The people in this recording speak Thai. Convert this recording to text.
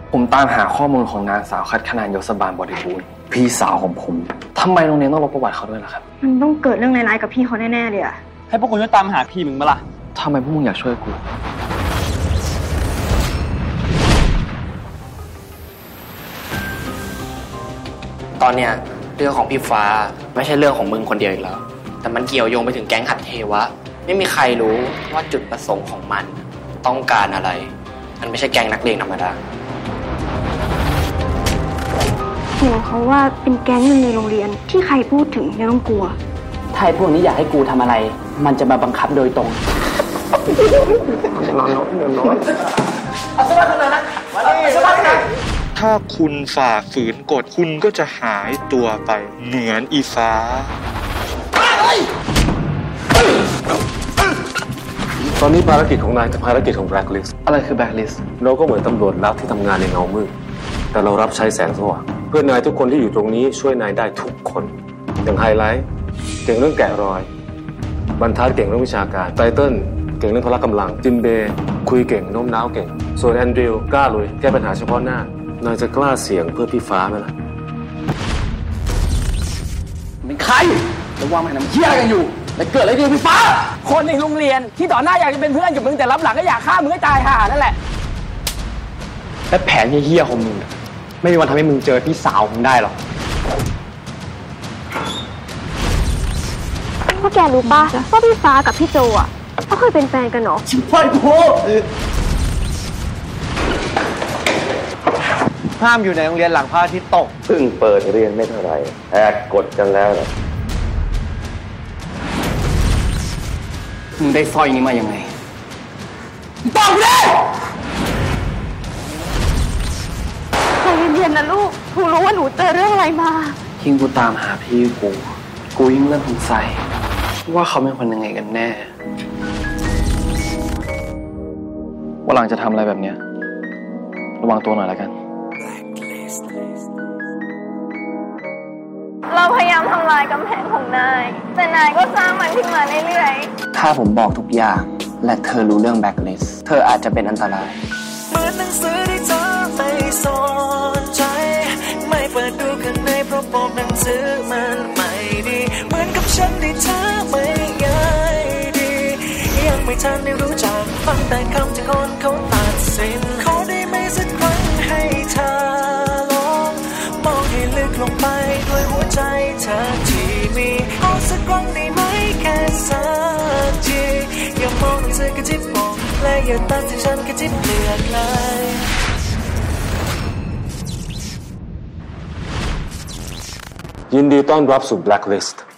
ผมตามหาข้อมูลของนางสาวคัดคณานยศบาลบริบูรณ์พี่สาวของผมทำไมโรงเรียนต้องลบประวัติเขาด้วยล่ะครับมันต้องเกิดเรื่องร้ายๆกับพี่เขาแน่ๆเลยอะให้พวกกูช่วยตามหาพี่มึงมาล่ะทำไมพวกมึงอยากช่วยกูตอนเนี้ยเรื่องของพี่ฟ้าไม่ใช่เรื่องของมึงคนเดียวอีกแล้วแต่มันเกี่ยวโยงไปถึงแก๊งหัดเทวะไม่มีใครรู้ว่าจุดประสงค์ของมันต้องการอะไรมันไม่ใช่แก๊งนักเลงธรรมดาเห็นเขาว่าเป็นแก๊งนึงในโรงเรียนที่ใครพูดถึงไม่ต้องกลัวถ้าพวกนี้อยากให้กูทำอะไรมันจะมาบังคับโดยตรงนอนเอาสบายขนาดนั้นสบายขนาดถ้าคุณฝ่าฝืนกฎคุณก็จะหายตัวไปเหมือนอีฟ้าตอนนี้ภารกิจของนายกับภารกิจของแบล็คลิสต์อะไรคือแบล็คลิสต์เราก็เหมือนตำรวจลับที่ทำงานในเงามืดแต่เรารับใช้แสงสว่างเพื่อนายทุกคนที่อยู่ตรงนี้ช่วยนายได้ทุกคนอย่างไฮไลท์เก่งเรื่องแกะรอยบรรทัดเก่งเรื่องวิชาการไตเติ้ลเก่งเรื่องพละกำลังจินเบย์คุยเก่งโน้มน้าวเก่งส่วนแอนดริวกล้าลุยแก้ปัญหาเฉพาะหน้านายจะกล้าเสี่ยงเพื่อพี่ฟ้าไหมล่ะเป็นใครระวังมันทำเหี้ยกันอยู่แล้วเกิดอะไรขึ้นพี่ฟ้าคนในโรงเรียนที่ต่อหน้าอยากจะเป็นเพื่อนกับมึงแต่รับหลังก็อยากฆ่ามึงให้ตายห่านั่นแหละและแผนเหี้ยๆของมึงไม่มีวันทำให้มึงเจอพี่สาวมึงได้หรอกพวกแกรู้ป่ะว่าพี่ฟ้ากับพี่โจอ่ะเขาเคยเป็นแฟนกันเหรอชิบหายกูห้ามอยู่ในโรงเรียนหลังพระอาทิตย์ตกเพิ่งเปิดเรียนไม่เท่าไหร่แหกกฎกันแล้วนะมึงได้สร้อยนี้มายังไงตอบเลยใจเย็นๆนะลูกหนูรู้ว่าหนูเจอเรื่องอะไรมายิ่งกูตามหาพี่กูยิ่งเริ่มสงสัยว่าเขาเป็นคนยังไงกันแน่ว่าหลังจะทำอะไรแบบเนี้ยระวังตัวหน่อยแล้วกันเราพยายามทำลายกำแพงของนายแต่นายก็สร้างมันขึ้นมาเรื่อยๆถ้าผมบอกทุกอย่างและเธอรู้เรื่องแบ็คลิสต์เธออาจจะเป็นอันตรายเหมือนหนังสือที่เธอไม่สนใจไม่เปิดดูข้างในเพราะปกหนังสือมันไม่ดีเหมือนกับฉันที่เธอไม่ง่ายดียังไม่ทันได้รู้จักฟังแต่คำที่คนเขาตัดสินขอได้ไหมสักครั้งให้เธอลองมองให้ลึกลงไปด้วยหัวใจเธอที่มีขอสักครั้งได้ไหมแค่สักทีอย่ามองหนังสือกระจิบมองและอย่าตัดที่ฉันกระจิบเปลือกเลยยินดีต้อนรับสู่ Blacklist